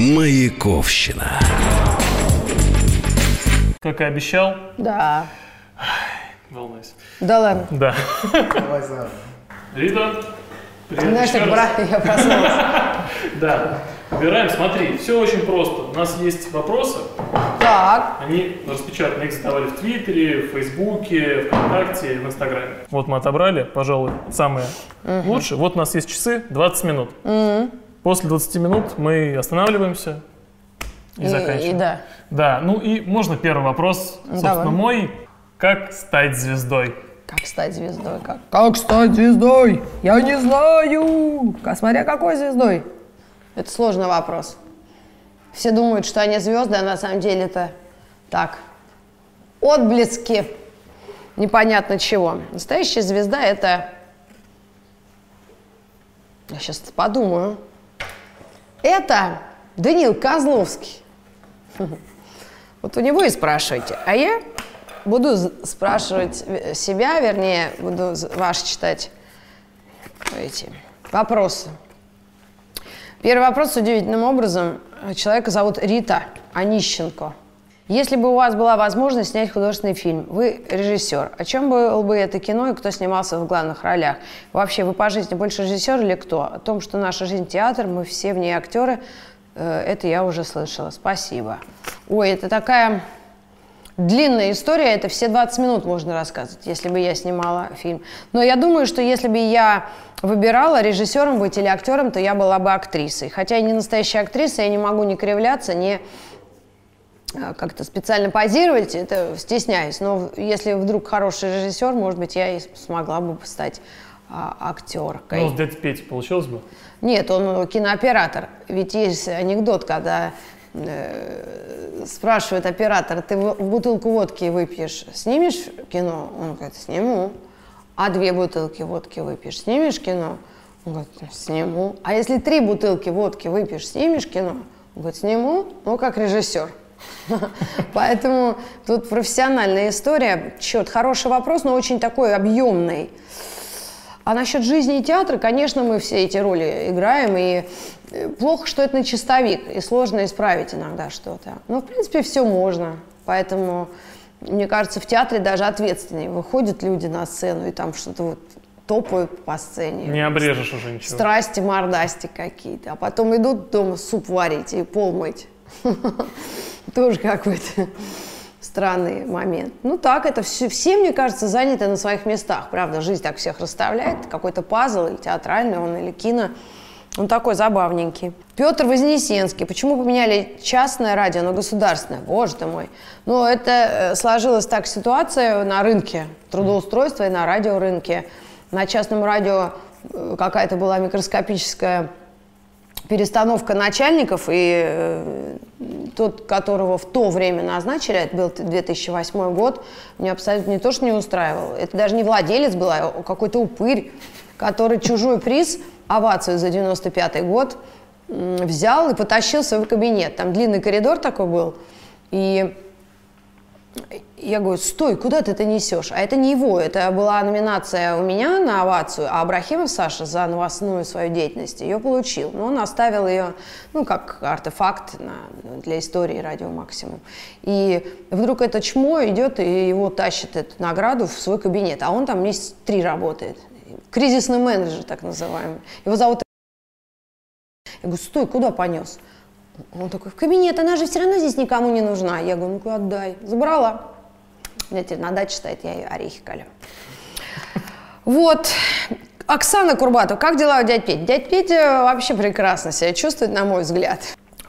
Маяковщина. Как и обещал. Да. Волнуюсь. Да ладно. Да. Давай заново. Рита, привет. Знаешь, еще так, раз. брат, я проснулась. Да. Выбираем, смотри, все очень просто. У нас есть вопросы. Так. Они распечатаны, их задавали в Твиттере, в Фейсбуке, ВКонтакте, в Инстаграме. Вот мы отобрали, пожалуй, самые лучшие. Вот у нас есть часы, 20 минут. После 20 минут мы останавливаемся и заканчиваем. Да. Да, ну и можно первый вопрос, собственно, Давай. мой. Как стать звездой? Как стать звездой? Как стать звездой? Я не знаю. Смотря какой звездой. Это сложный вопрос. Все думают, что они звезды, а на самом деле это так. Отблески непонятно чего. Настоящая звезда — это... Я сейчас подумаю. Это Даниил Козловский. Вот у него и спрашивайте. А я буду спрашивать себя, вернее, буду ваши читать эти вопросы. Первый вопрос удивительным образом. Человека зовут Рита Онищенко. Если бы у вас была возможность снять художественный фильм, вы режиссер, о чем было бы это кино и кто снимался в главных ролях? Вообще, вы по жизни больше режиссер или кто? О том, что наша жизнь театр, мы все в ней актеры, это я уже слышала. Спасибо. Ой, это такая длинная история, это все 20 минут можно рассказывать, если бы я снимала фильм. Но я думаю, что если бы я выбирала режиссером быть или актером, то я была бы актрисой. Хотя я не настоящая актриса, я не могу ни кривляться, ни как-то специально позировать, это стесняюсь. Но если вдруг хороший режиссер, может быть, я и смогла бы стать актеркой. Ну, с дядей Петей получилось бы? Нет, он кинооператор. Ведь есть анекдот, когда спрашивает оператор: ты бутылку водки выпьешь, снимешь кино? Он говорит: сниму. А 2 бутылки водки выпьешь, снимешь кино? Он говорит: сниму. А если 3 бутылки водки выпьешь, снимешь кино? Он говорит: сниму. Ну, как режиссер. Поэтому тут профессиональная история. Черт, хороший вопрос, но очень такой объемный. А насчет жизни и театра, конечно, мы все эти роли играем, и плохо, что это на чистовик, и сложно исправить иногда что-то. Но, в принципе, все можно. Поэтому, мне кажется, в театре даже ответственнее. Выходят люди на сцену и там что-то вот топают по сцене. Не обрежешь уже ничего. Страсти, мордасти какие-то. А потом идут дома суп варить и пол мыть. Тоже какой-то странный момент. Ну так, это все, мне кажется, заняты на своих местах. Правда, жизнь так всех расставляет. Какой-то пазл, или театральный он, или кино. Он такой забавненький. Петр Вознесенский. Почему поменяли частное радио на государственное? Боже ты мой. Ну, это сложилась так ситуация на рынке трудоустройства и на радиорынке. На частном радио какая-то была микроскопическая перестановка начальников, и тот, которого в то время назначили, это был 2008 год, меня абсолютно не то, что не устраивал. Это даже не владелец был, а какой-то упырь, который чужой приз, овацию за 95-й год, взял и потащил в свой кабинет. Там длинный коридор такой был, и я говорю: стой, куда ты это несешь? А это не его, это была номинация у меня на овацию, а Абрахимов Саша за новостную свою деятельность ее получил. Но он оставил ее, ну, как артефакт для истории «Радио Максимум». И вдруг это чмо идет и его тащит, эту награду, в свой кабинет. А он там месяца 3 работает. Кризисный менеджер, так называемый. Его зовут... Я говорю: стой, куда понес? Он такой: в кабинет, она же все равно здесь никому не нужна. Я говорю: ну-ка отдай. Забрала. У меня теперь на даче стоит, я ей орехи колю. Вот. Оксана Курбатова. Как дела у дяди Пети? Дядя Петя вообще прекрасно себя чувствует, на мой взгляд.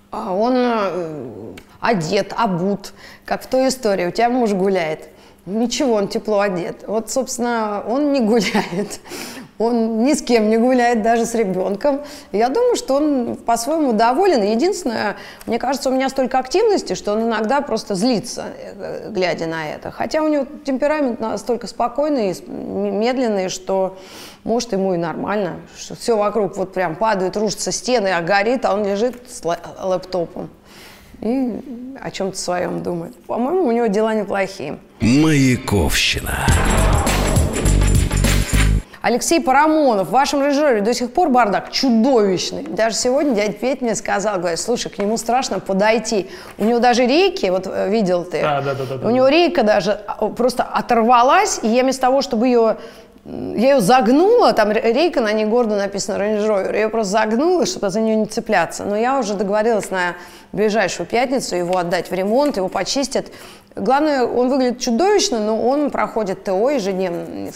Он одет, обут, как в той истории. У тебя муж гуляет. Ничего, он тепло одет. Вот, собственно, он не гуляет. Он ни с кем не гуляет, даже с ребенком. Я думаю, что он по-своему доволен. Единственное, мне кажется, у меня столько активности, что он иногда просто злится, глядя на это. Хотя у него темперамент настолько спокойный и медленный, что, может, ему и нормально. Что все вокруг вот прям падает, рушатся стены, а горит, а он лежит с лэптопом и о чем-то своем думает. По-моему, у него дела неплохие. Маяковщина. Алексей Парамонов, в вашем Range до сих пор бардак чудовищный. Даже сегодня дядя Петя мне сказал, говорит, слушай, к нему страшно подойти. У него даже рейки, вот видел ты, у него рейка даже просто оторвалась, и я вместо того, чтобы ее... Я ее загнула, там рейка, на ней гордо написано Range Rover, я ее просто загнула, чтобы за нее не цепляться. Но я уже договорилась на ближайшую пятницу его отдать в ремонт, его почистят. Главное, он выглядит чудовищно, но он проходит ТО ежедневно,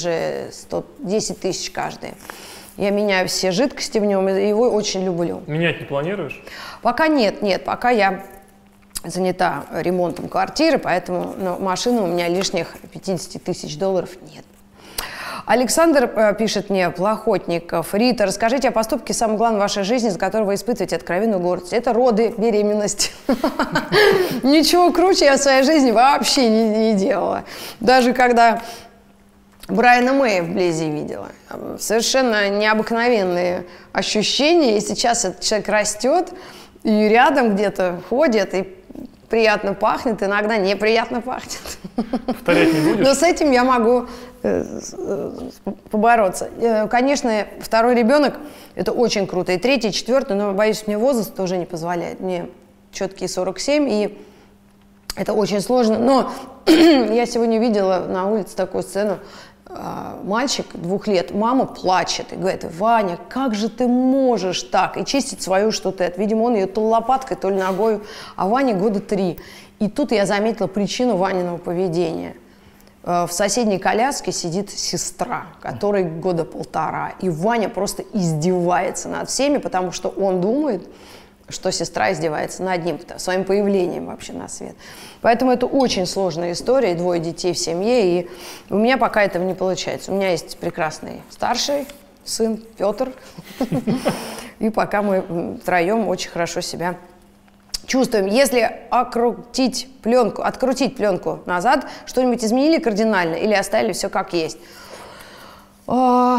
110 тысяч каждый. Я меняю все жидкости в нем, и его очень люблю. Менять не планируешь? Пока нет, пока я занята ремонтом квартиры, поэтому машины у меня лишних 50 тысяч долларов нет. Александр пишет мне, Плохотников. Рита, расскажите о поступке, самое главное в вашей жизни, за которое вы испытываете откровенную гордость. Это роды, беременность. Ничего круче я в своей жизни вообще не делала. Даже когда Брайана Мэя вблизи видела. Совершенно необыкновенные ощущения. И сейчас этот человек растет, и рядом где-то ходит, и приятно пахнет, иногда неприятно пахнет. Повторять не будешь? Но с этим я могу побороться. Конечно, второй ребенок – это очень круто. И третий, четвертый, но, боюсь, мне возраст тоже не позволяет. Мне четкие 47, и это очень сложно. Но я сегодня видела на улице такую сцену. Мальчик 2 лет, мама плачет и говорит, Ваня, как же ты можешь так? И чистит свою что-то. Видимо, он ее то лопаткой, то ли ногой, а Ване года 3. И тут я заметила причину Ваниного поведения. В соседней коляске сидит сестра, которой года 1,5. И Ваня просто издевается над всеми, потому что он думает, что сестра издевается над ним, своим появлением вообще на свет. Поэтому это очень сложная история, 2 детей в семье, и у меня пока этого не получается. У меня есть прекрасный старший сын Петр, и пока мы втроем очень хорошо себя чувствуем. Если открутить пленку назад, что-нибудь изменили кардинально или оставили все как есть? Да,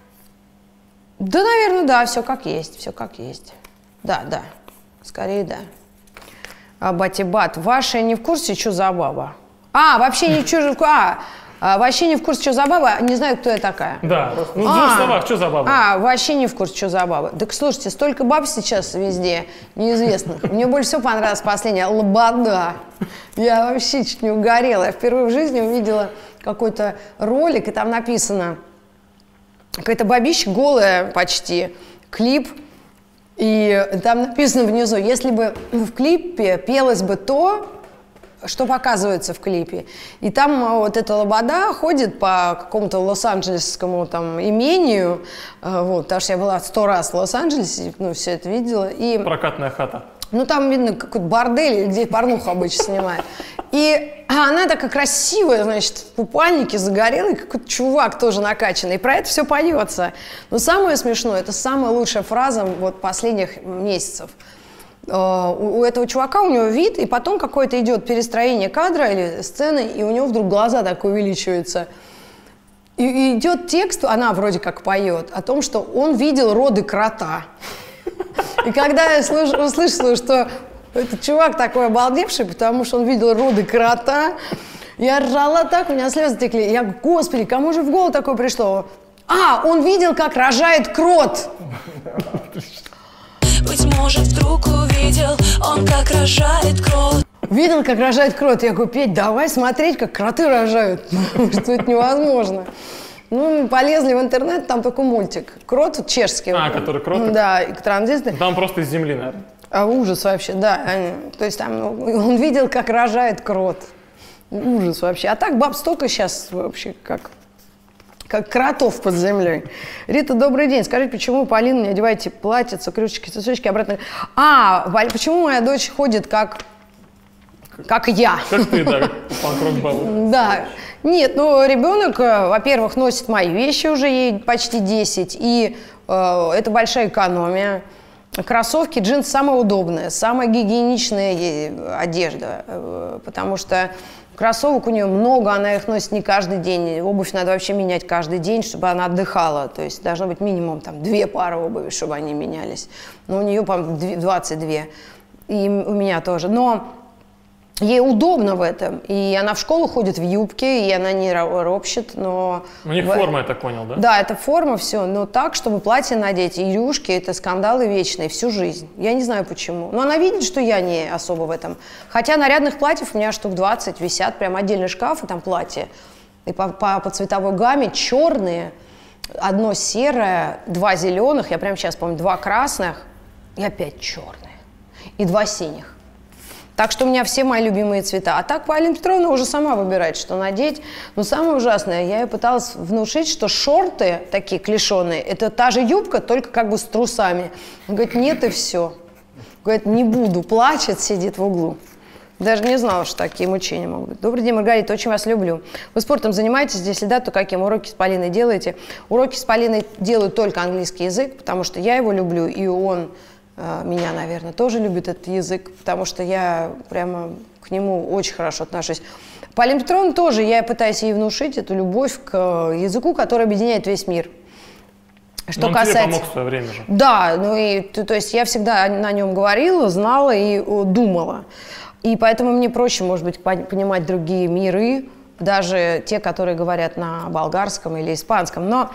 наверное, да, все как есть, все как есть. Да, скорее да. Батя-бат, ваша не в курсе, что за баба? Вообще вообще не в курсе, что за баба, не знаю, кто я такая. Да, в 2 словах, что за баба? Вообще не в курсе, что за баба. Так слушайте, столько баб сейчас везде, неизвестных. Мне больше всего понравилась последняя Лобода. Я вообще чуть не угорела. Я впервые в жизни увидела какой-то ролик, и там написано, какая-то бабища голая почти, клип. И там написано внизу, если бы в клипе пелось бы то, что показывается в клипе. И там вот эта Лобода ходит по какому-то лос-анджелесскому там имению, потому что я была 100 раз в Лос-Анджелесе, все это видела. И, прокатная хата. Там видно какой-то бордель, где порнуху обычно снимают. И она такая красивая, значит, в купальнике, загорелый, какой-то чувак тоже накачанный. И про это все поется. Но самое смешное, это самая лучшая фраза последних месяцев. У этого чувака, у него вид, и потом какое-то идет перестроение кадра или сцены, и у него вдруг глаза так увеличиваются. И идет текст, она вроде как поет, о том, что он видел роды крота. И когда я услышала, что этот чувак такой обалдевший, потому что он видел роды крота, я ржала так, у меня слезы текли. Я говорю, господи, кому же в голову такое пришло? Он видел, как рожает крот. Быть может, вдруг увидел он, как рожает крот. Видел, как рожает крот. Я говорю, Петь, давай смотреть, как кроты рожают. Что это невозможно. Полезли в интернет, там только мультик. Крот чешский. Который крот? Да, и транзисты. Там просто из земли, наверное. Ужас вообще, да. То есть там он видел, как рожает крот. Ужас вообще. А так баб столько сейчас вообще, как кротов под землей. Рита, добрый день. Скажите, почему, Полина, не одеваете платьица, крючки, сосочки обратно? Почему моя дочь ходит как я? Как ты, да, панк-рок был. Да. Нет, ребенок, во-первых, носит мои вещи, уже ей почти 10, и это большая экономия. Кроссовки, джинсы самая удобная, самая гигиеничная одежда, потому что кроссовок у нее много, она их носит не каждый день, обувь надо вообще менять каждый день, чтобы она отдыхала, то есть должно быть минимум 2 пары обуви, чтобы они менялись, но у нее, по-моему, 22, и у меня тоже, но ей удобно в этом. И она в школу ходит в юбке, и она не ропщет, но... У них форма, я так понял, да? Да, это форма, все, но так, чтобы платье надеть, и рюшки, это скандалы вечные всю жизнь. Я не знаю почему. Но она видит, что я не особо в этом. Хотя нарядных платьев у меня штук 20 висят, прям отдельный шкаф, и там платье. И по цветовой гамме черные, одно серое, 2 зеленых, я прямо сейчас помню, 2 красных, и опять черные, и 2 синих. Так что у меня все мои любимые цвета. А так Алина Петровна уже сама выбирает, что надеть. Но самое ужасное, я ей пыталась внушить, что шорты такие клешеные, это та же юбка, только как бы с трусами. Она говорит, нет, и все. Говорит, не буду, плачет, сидит в углу. Даже не знала, что такие мучения могут быть. Добрый день, Маргарита, очень вас люблю. Вы спортом занимаетесь? Если да, то каким? Уроки с Полиной делаете? Уроки с Полиной делаю только английский язык, потому что я его люблю, и он... меня, наверное, тоже любит этот язык, потому что я прямо к нему очень хорошо отношусь. Полина Петровна тоже, я пытаюсь ей внушить эту любовь к языку, который объединяет весь мир. Что касается... тебе помог в свое время же. Да, ну и, то есть я всегда на нем говорила, знала и думала. И поэтому мне проще, может быть, понимать другие миры, даже те, которые говорят на болгарском или испанском. Но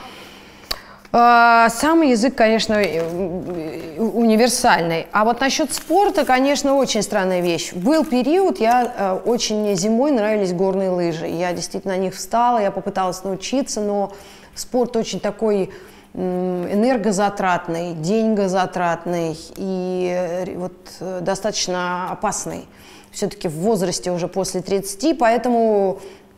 самый язык, конечно, универсальный. А вот насчет спорта, конечно, очень странная вещь. Был период, мне зимой нравились горные лыжи. Я действительно на них встала, я попыталась научиться, но спорт очень такой энергозатратный, деньгозатратный и вот достаточно опасный. Все-таки в возрасте уже после 30, поэтому...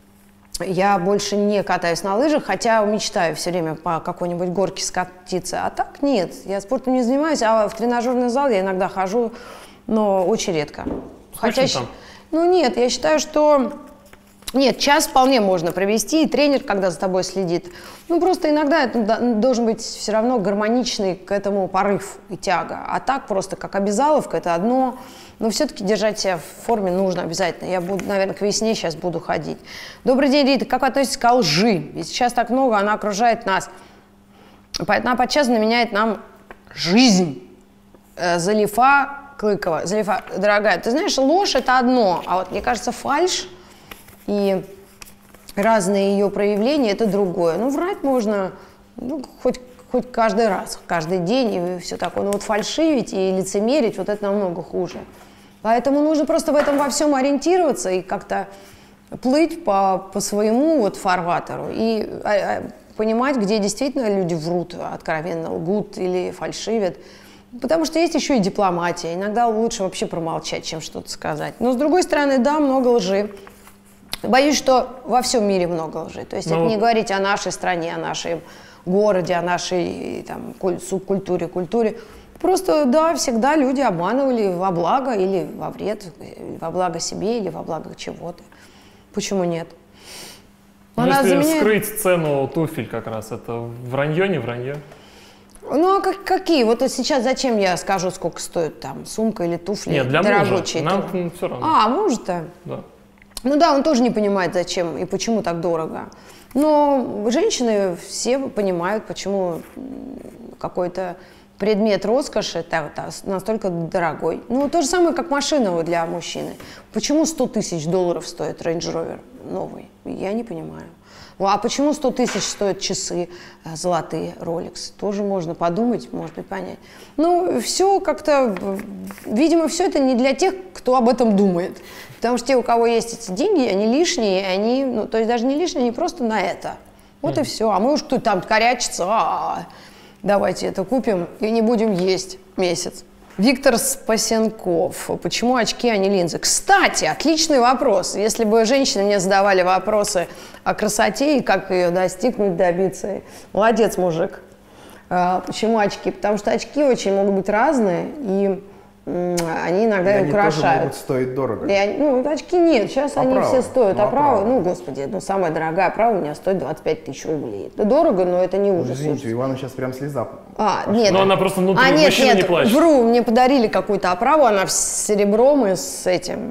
Я больше не катаюсь на лыжах, хотя мечтаю все время по какой-нибудь горке скатиться. А так нет, я спортом не занимаюсь, а в тренажерный зал я иногда хожу, но очень редко. Хотя, ну нет, я считаю, что... Нет, час вполне можно провести, и тренер, когда за тобой следит. Ну, просто иногда это должен быть все равно гармоничный к этому порыв и тяга. А так просто как обязаловка, это одно. Но все-таки держать себя в форме нужно обязательно. Я буду, наверное, к весне сейчас буду ходить. Добрый день, Рита. Как вы относитесь к лжи? Ведь сейчас так много, она окружает нас. Она подчас заменяет нам жизнь. Залифа Клыкова. Залифа, дорогая, ты знаешь, ложь – это одно, а вот, мне кажется, фальшь и разные ее проявления – это другое. Ну, врать можно хоть каждый раз, каждый день и все такое. Но вот фальшивить и лицемерить – вот это намного хуже. Поэтому нужно просто в этом во всем ориентироваться и как-то плыть по своему вот фарватеру и понимать, где действительно люди врут, откровенно лгут или фальшивят. Потому что есть еще и дипломатия. Иногда лучше вообще промолчать, чем что-то сказать. Но с другой стороны, да, много лжи. Боюсь, что во всем мире много лжи. То есть это не говорить о нашей стране, о нашем городе, о нашей там, субкультуре, культуре. Просто, да, всегда люди обманывали во благо или во вред, во благо себе или во благо чего-то. Почему нет? Если вскрыть цену туфель как раз, это вранье, не вранье? Ну, а какие? Вот сейчас зачем я скажу, сколько стоит там сумка или туфли? Нет, для мужа. Нам все равно. А, мужа-то? Да. Ну да, он тоже не понимает, зачем и почему так дорого. Но женщины все понимают, почему какой-то предмет роскоши настолько дорогой. Ну, то же самое, как машина для мужчины. Почему $100 000 стоит Range Rover новый? Я не понимаю. А почему 100 000 стоят часы золотые, Rolex? Тоже можно подумать, может быть, понять. Ну, все как-то, видимо, все это не для тех, кто об этом думает. Потому что те, у кого есть эти деньги, они лишние, они, ну, то есть даже не лишние, они просто на это. Вот и все. А мы уж тут там корячиться, давайте это купим и не будем есть месяц. Виктор Спасенков. Почему очки, а не линзы? Кстати, отличный вопрос. Если бы женщины мне задавали вопросы о красоте и как ее достигнуть, добиться. Молодец, мужик. Почему очки? Потому что очки очень могут быть разные, и они иногда и украшают. Они тоже могут стоить дорого. Ну, очки нет, сейчас они все стоят. Оправа, ну, господи, самая дорогая оправа у меня стоит 25 000 рублей. Это дорого, но это не ужас. Извините, у Ивана сейчас прям слеза. Нет. Но она просто внутри мужчины не плачет. Вру, мне подарили какую-то оправу, она с серебром и с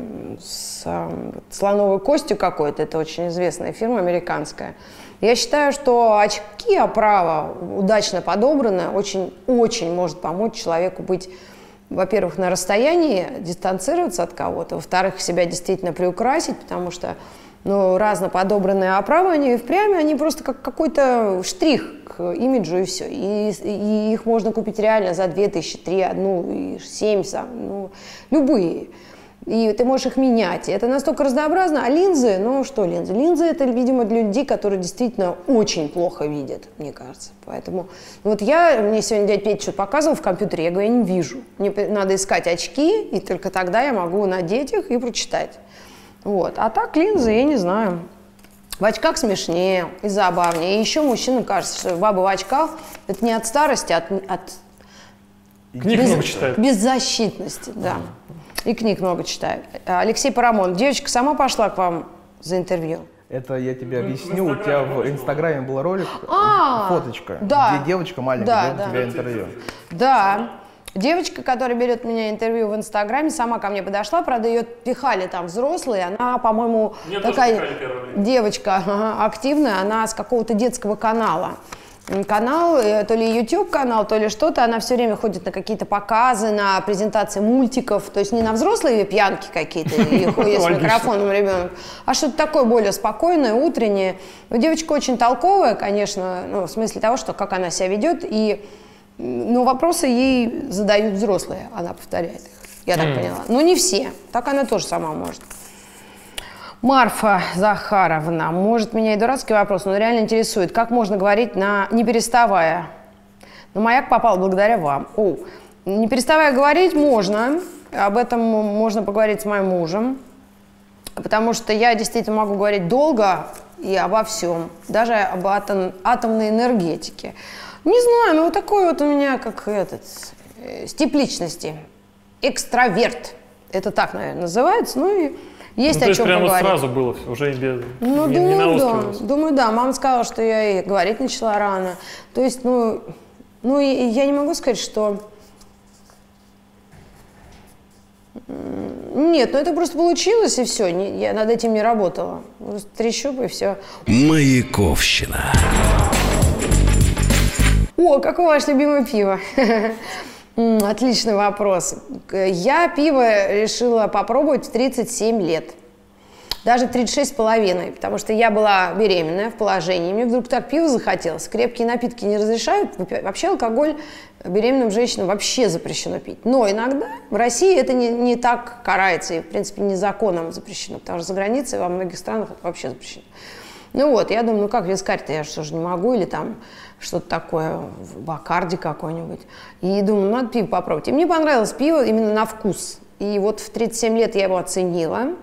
слоновой костью какой-то. Это очень известная фирма, американская. Я считаю, что очки, оправа удачно подобрана, очень может помочь человеку быть во-первых, на расстоянии дистанцироваться от кого-то, во-вторых, себя действительно приукрасить, потому что ну, разно подобранные оправы, они впрямь, они просто как какой-то штрих к имиджу и все. И их можно купить реально за 2000, 3, 1, 7, ну, любые. И ты можешь их менять. И это настолько разнообразно. А линзы, ну что линзы? Линзы это, видимо, для людей, которые действительно очень плохо видят, мне кажется. Поэтому вот мне сегодня дядя Петя что-то показывал в компьютере, я говорю, я не вижу. Мне надо искать очки, и только тогда я могу надеть их и прочитать. Вот. А так линзы, я не знаю. В очках смешнее и забавнее. И еще мужчинам кажется, что баба в очках это не от старости, а от Книг много читает. Беззащитности, да. И книг много читаю. Алексей Парамон, девочка сама пошла к вам за интервью? Это я тебе объясню. У тебя в Инстаграме был ролик, фоточка, да, где девочка маленькая берет у тебя интервью. Да. Девочка, которая берет у меня интервью в Инстаграме, сама ко мне подошла, правда, ее пихали там взрослые, она, по-моему, такая девочка активная, она с какого-то детского канала. Канал, то ли YouTube канал, то ли что-то, она все время ходит на какие-то показы, на презентации мультиков, то есть не на взрослые пьянки какие-то, и ходит с микрофоном ребенок, а что-то такое более спокойное, утреннее. Но девочка очень толковая, конечно, ну, в смысле того, что как она себя ведет, но вопросы ей задают взрослые, она повторяет их, я так поняла. Но не все, так она тоже сама может. Марфа Захаровна, может, меня и дурацкий вопрос, но реально интересует, как можно говорить не переставая? На маяк попал благодаря вам. Не переставая говорить можно, об этом можно поговорить с моим мужем, потому что я действительно могу говорить долго и обо всем, даже об атомной энергетике. Не знаю, ну вот такой вот у меня, как тип личности, экстраверт, это так, наверное, называется, ну и... Есть о чем прямо поговорить. Сразу было, уже без, ну, не думаю, да. Думаю, да. Мама сказала, что я и говорить начала рано. То есть, и я не могу сказать, что... Нет, это просто получилось, и все. Я над этим не работала. Просто трещу, и все. Маяковщина. Какое ваше любимое пиво? Отличный вопрос. Я пиво решила попробовать в 37 лет. Даже 36,5, потому что я была беременная в положении. Мне вдруг так пиво захотелось. Крепкие напитки не разрешают. Вообще алкоголь беременным женщинам вообще запрещено пить. Но иногда в России это не так карается. И, в принципе, не законом запрещено. Потому что за границей во многих странах это вообще запрещено. Ну вот, я думаю, как вискарь-то я что же не могу, или там что-то такое, Бакарди какой-нибудь. И думаю, надо пиво попробовать. И мне понравилось пиво именно на вкус. И вот в 37 лет я его оценила.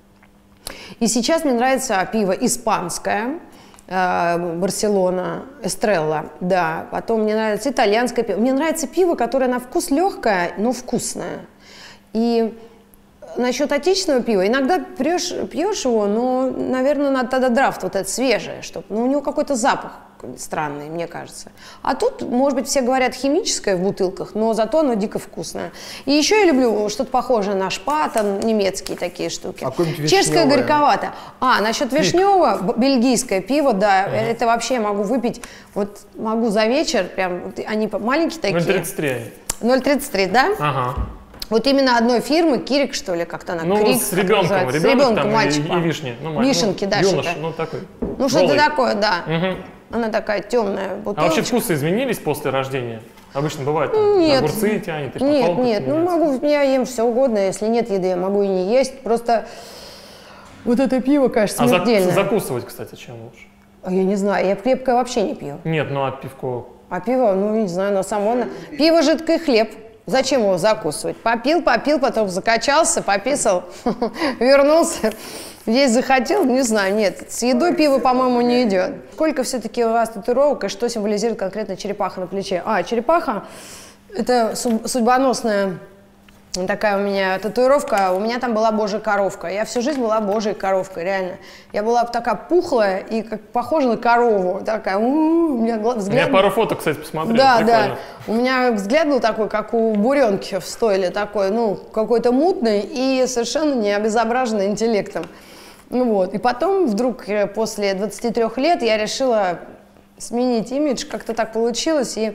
И сейчас мне нравится пиво испанское, Барселона, Эстрелла, да. Потом мне нравится итальянское пиво. Мне нравится пиво, которое на вкус легкое, но вкусное. И насчет отечественного пива, иногда пьешь его, но, наверное, надо тогда драфт вот этот свежий, чтобы, у него какой-то запах странный, мне кажется. А тут, может быть, все говорят химическое в бутылках, но зато оно дико вкусное. И еще я люблю что-то похожее на шпатен, немецкие такие штуки. Чешское горьковато. Насчет вишневого, бельгийское пиво, да, это вообще я могу выпить, вот могу за вечер, прям, они маленькие такие. 0,33. 0,33, да? Ага. Вот именно одной фирмы, Кирик, что ли, как-то она, Крик, с ребенком, мальчик. И вишни. Вишенки, да, юнош, что-то. Такой. Что-то такое, да. Угу. Она такая темная бутылочка. А вообще вкусы изменились после рождения? Обычно бывает, там, нет, огурцы тянет, и нет, я ем все угодно, если нет еды, я могу и не есть, просто вот это пиво, конечно, смертельное. Закусывать, кстати, чем лучше? Я не знаю, я крепкое вообще не пью. Нет, а пивко? А пиво, не знаю, но само... Пиво жидкий хлеб. Зачем его закусывать? Попил, потом закачался, пописал, вернулся. Есть захотел, не знаю, нет. С едой пиво, по-моему, не идет. Сколько все-таки у вас татуировок и что символизирует конкретно черепаха на плече? Черепаха – это судьбоносная такая у меня татуировка. У меня там была божья коровка. Я всю жизнь была божьей коровкой, реально. Я была такая пухлая и как похожа на корову. Такая, у меня взгляд... Я пару фоток, кстати, посмотрел. Да, прикольно. да. У меня взгляд был такой, как у буренки в стойле, такой, какой-то мутный и совершенно не обезображенный интеллектом. Вот. И потом вдруг после 23 лет я решила сменить имидж, как-то так получилось, и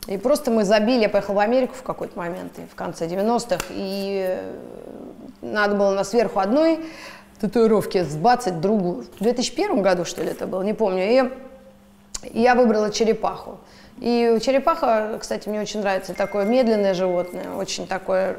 И просто мы забили, я поехала в Америку в какой-то момент, в конце 90-х, и надо было на сверху одной татуировки сбацать другую. В 2001 году, что ли, это было, не помню. И я выбрала черепаху. И черепаха, кстати, мне очень нравится, такое медленное животное, очень такое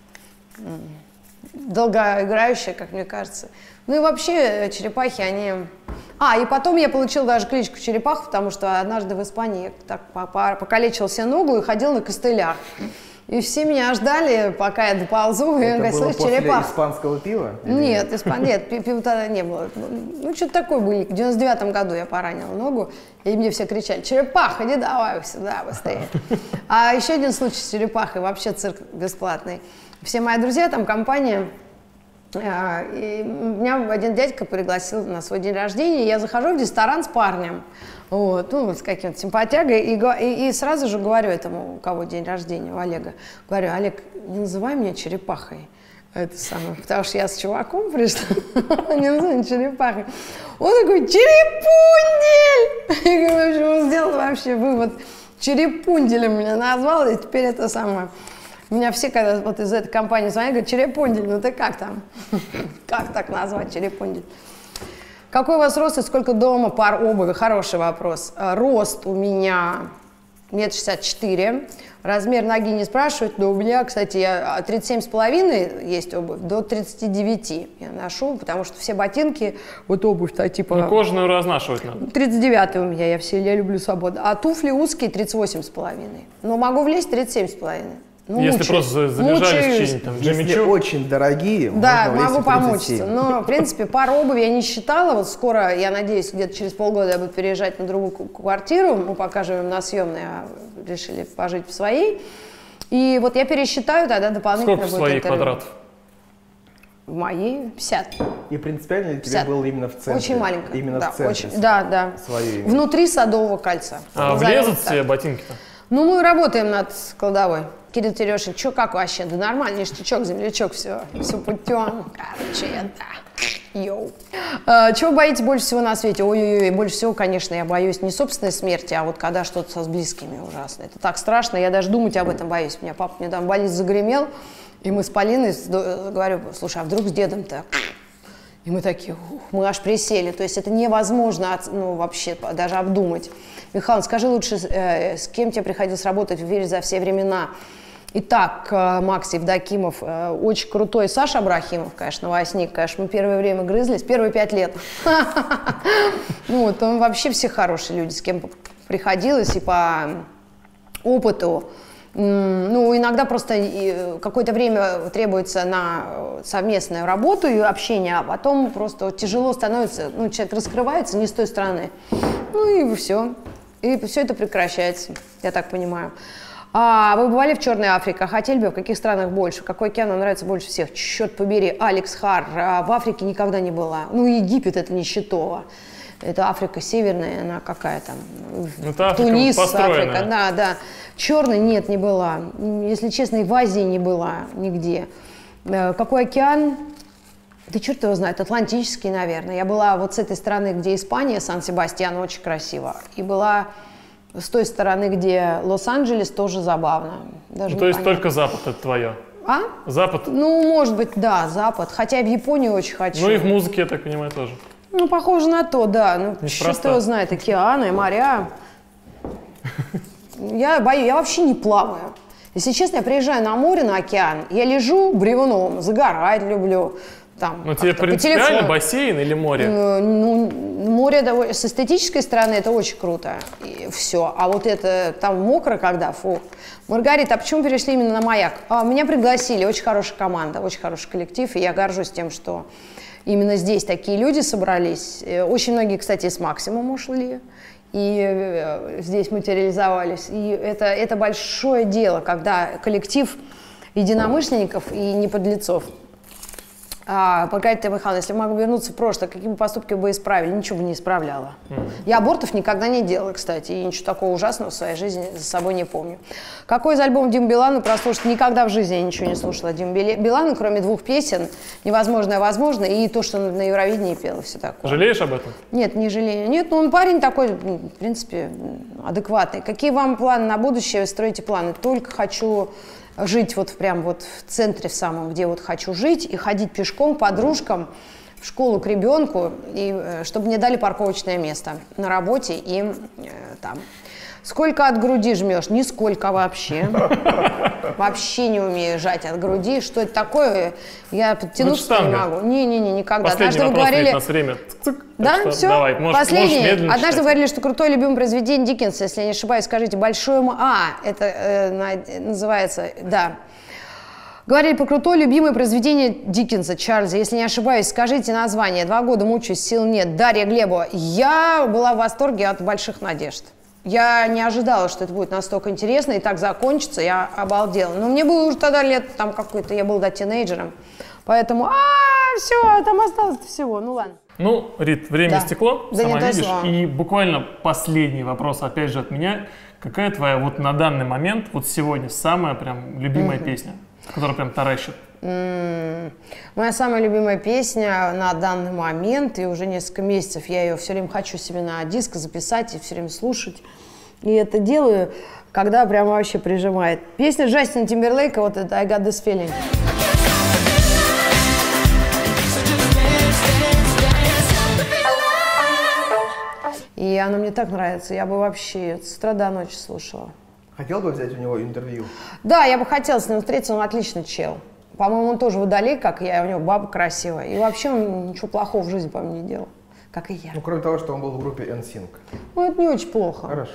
долгоиграющее, как мне кажется. Ну и вообще черепахи, они... и потом я получила даже кличку Черепаха, потому что однажды в Испании я так покалечила себе ногу и ходила на костылях. И все меня ждали, пока я доползу, и он говорит, слышь, черепаха. После испанского пива? Нет, пива тогда не было. Ну, что-то такое было. В 99-м году я поранила ногу, и мне все кричали, черепаха, иди давай сюда быстрее. А еще один случай с черепахой, вообще цирк бесплатный. Все мои друзья, там компания, и меня один дядька пригласил на свой день рождения, и я захожу в ресторан с парнем, вот, ну, с каким-то симпатягой, и сразу же говорю этому, у кого день рождения, у Олега, говорю, Олег, не называй меня черепахой, это самое, потому что я с чуваком пришла, не называй меня черепахой. Он такой, черепундель! Я говорю, в общем, он сделал вообще вывод, черепунделем меня назвал, и теперь это самое. Меня все, когда вот из этой компании звонят, говорят, черепундель, ну ты как там? Как так назвать черепундель? Какой у вас рост и сколько дома пар обуви? Хороший вопрос. Рост у меня 1,64 м. Размер ноги не спрашивают, но у меня, кстати, 37,5 есть обувь, до 39 я ношу, потому что все ботинки, вот обувь-то типа... Ну, кожаную разнашивать надо. 39 у меня, я люблю свободу. А туфли узкие 38,5. Но могу влезть 37,5. Ну, если просто залежались чьи-нибудь там Джимми Если Чу. очень дорогие, да, можно могу помучиться. 37. Но, в принципе, пару обуви я не считала. Вот скоро, я надеюсь, где-то через полгода я буду переезжать на другую квартиру. Мы пока живем на съемной, а решили пожить в своей. И вот я пересчитаю, тогда дополнительно Сколько будет своих интервью. квадратов? В моей 50. И принципиально ли тебе 50. было именно в центре? Очень маленько. Именно да, в центре. очень, да. Свое имя. Внутри Садового кольца. А Назовем влезут так. все ботинки-то? Ну, мы работаем над кладовой. Кирилл Терешин, что как вообще? Да нормально, ништячок, землячок, все путем. Короче, йоу. Чего боитесь больше всего на свете? Ой-ой-ой, больше всего, конечно, я боюсь не собственной смерти, а вот когда что-то с близкими ужасно. Это так страшно, я даже думать об этом боюсь. У меня папа мне там болит, загремел, и мы с Полиной, говорю, слушай, а вдруг с дедом-то? И мы такие, мы аж присели. То есть это невозможно, ну, вообще даже обдумать. Михаил, скажи лучше, с кем тебе приходилось работать в «Вере за все времена»? Итак, Макс Евдокимов, очень крутой Саша Абрахимов, конечно, новостник, конечно, мы первое время грызлись, первые 5 лет. Ну вот, он вообще все хорошие люди, с кем приходилось и по опыту. Ну, иногда просто какое-то время требуется на совместную работу и общение, а потом просто тяжело становится, ну, человек раскрывается не с той стороны, ну и все. И все это прекращается, я так понимаю. А вы бывали в Черной Африке? Хотели бы? В каких странах больше? Какой океан вам нравится больше всех? Черт побери, Алекс Хар. В Африке никогда не была. Ну, Египет это нищетово. Это Африка северная, она какая там? Это Африка Тунис, построенная. Африка, да. Черной нет, не была. Если честно, и в Азии не была нигде. Какой океан? Да черт его знает, Атлантический, наверное. Я была вот с этой стороны, где Испания, Сан-Себастьян, очень красиво. И была с той стороны, где Лос-Анджелес, тоже забавно. Даже Ну, то есть только Запад это твое? А? Запад? Ну, может быть, да, Запад. Хотя и в Японию очень хочу. Ну и в музыке, я так понимаю, тоже. Ну, похоже на то, да. Ну, Неспроста. черт его знает, океаны, моря. Я вообще не плаваю. Если честно, я приезжаю на море, на океан, я лежу бревном, загорать люблю. Там, Но тебе принципиально бассейн или море? Ну, море с эстетической стороны это очень круто. И все. А вот это там мокро, когда, фу. Маргарита, а почему перешли именно на «Маяк»? Меня пригласили, очень хорошая команда, очень хороший коллектив, и я горжусь тем, что именно здесь такие люди собрались. Очень многие, кстати, с «Максимум» ушли. И здесь материализовались. И это большое дело, когда коллектив единомышленников и не подлецов. Маргарита Михайловна, если могу вернуться в прошлое, какие бы поступки бы исправили? Ничего бы не исправляла. Я абортов никогда не делала, кстати, и ничего такого ужасного в своей жизни за собой не помню. Какой из альбомов Димы Билана прослушать? Никогда в жизни я ничего не слушала Димы Билана, кроме 2 песен «Невозможное возможно» и то, что на Евровидении пел, и все такое. Жалеешь об этом? Нет, не жалею. Нет, ну он парень такой, в принципе, адекватный. Какие вам планы на будущее? Вы строите планы? Только хочу жить вот прям вот в центре в самом, где вот хочу жить, и ходить пешком к подружкам в школу к ребенку, и чтобы мне дали парковочное место на работе и там. Сколько от груди жмешь? Нисколько вообще. Вообще не умею жать от груди. Что это такое? Я подтянуться не могу. Не-не-не, никогда. Последний однажды вопрос, вы говорили... у нас время. Да, все? Давай, можешь медленно Однажды читать. вы говорили, что крутое любимое произведение Диккенса, если я не ошибаюсь, скажите, большое это называется, да. Говорили про крутое любимое произведение Диккенса, Чарльза, если не ошибаюсь, скажите название. 2 года мучаюсь, сил нет. Дарья Глебова. Я была в восторге от «Больших надежд». Я не ожидала, что это будет настолько интересно и так закончится, я обалдела. Но мне было уже тогда лет там какой-то, я была тинейджером, поэтому, все, там осталось всего, ну ладно. Ну, Рит, время Да. истекло, Да сама не то видишь. слово. И буквально последний вопрос, опять же, от меня. Какая твоя вот на данный момент, вот сегодня, самая прям любимая песня, которая прям таращит? Моя самая любимая песня на данный момент, и уже несколько месяцев я ее все время хочу себе на диск записать и все время слушать. И это делаю, когда прям вообще прижимает. Песня Джастина Тимберлейка, вот это «I got this feeling». И она мне так нравится, я бы вообще с утра до ночи слушала. Хотел бы взять у него интервью? Да, я бы хотела с ним встретиться, он отличный чел. По-моему, он тоже водолей, как я, у него баба красивая. И вообще он ничего плохого в жизни, по-моему, не делал, как и я. Ну, кроме того, что он был в группе NSYNC. Ну, это не очень плохо. Хорошо.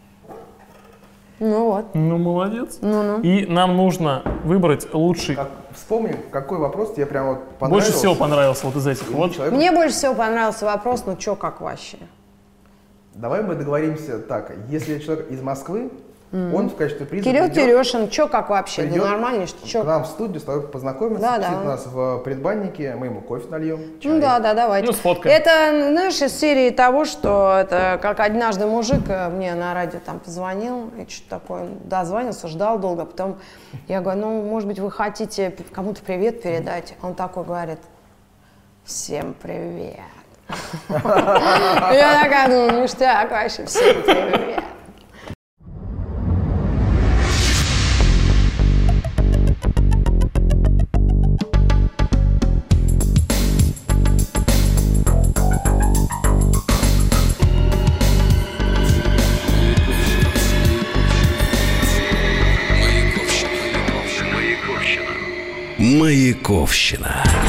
Ну вот. Ну, молодец. Ну-ну. И нам нужно выбрать лучший. Вспомни, какой вопрос тебе прям вот понравился. Больше всего понравился вот из этих. И Вот. человек- Мне больше всего понравился вопрос, ну чё, как вообще? Давай мы договоримся так. Если человек из Москвы, он в качестве приза Кирилл придет- Терешин, чё, как вообще? придет Да нормально, что к чё? нам в студию, с тобой познакомиться, Да, сидит да. у нас в предбаннике, мы ему кофе нальем, чай. Ну да, давайте. Ну, сфоткаем. Это, знаешь, из серии того, что это как однажды мужик мне на радио там позвонил, и что-то такое, дозвонился, ждал долго, а потом я говорю, ну, может быть, вы хотите кому-то привет передать? Он такой говорит, всем привет. Я такая думаю, ништяк вообще, всем привет. Маяковщина.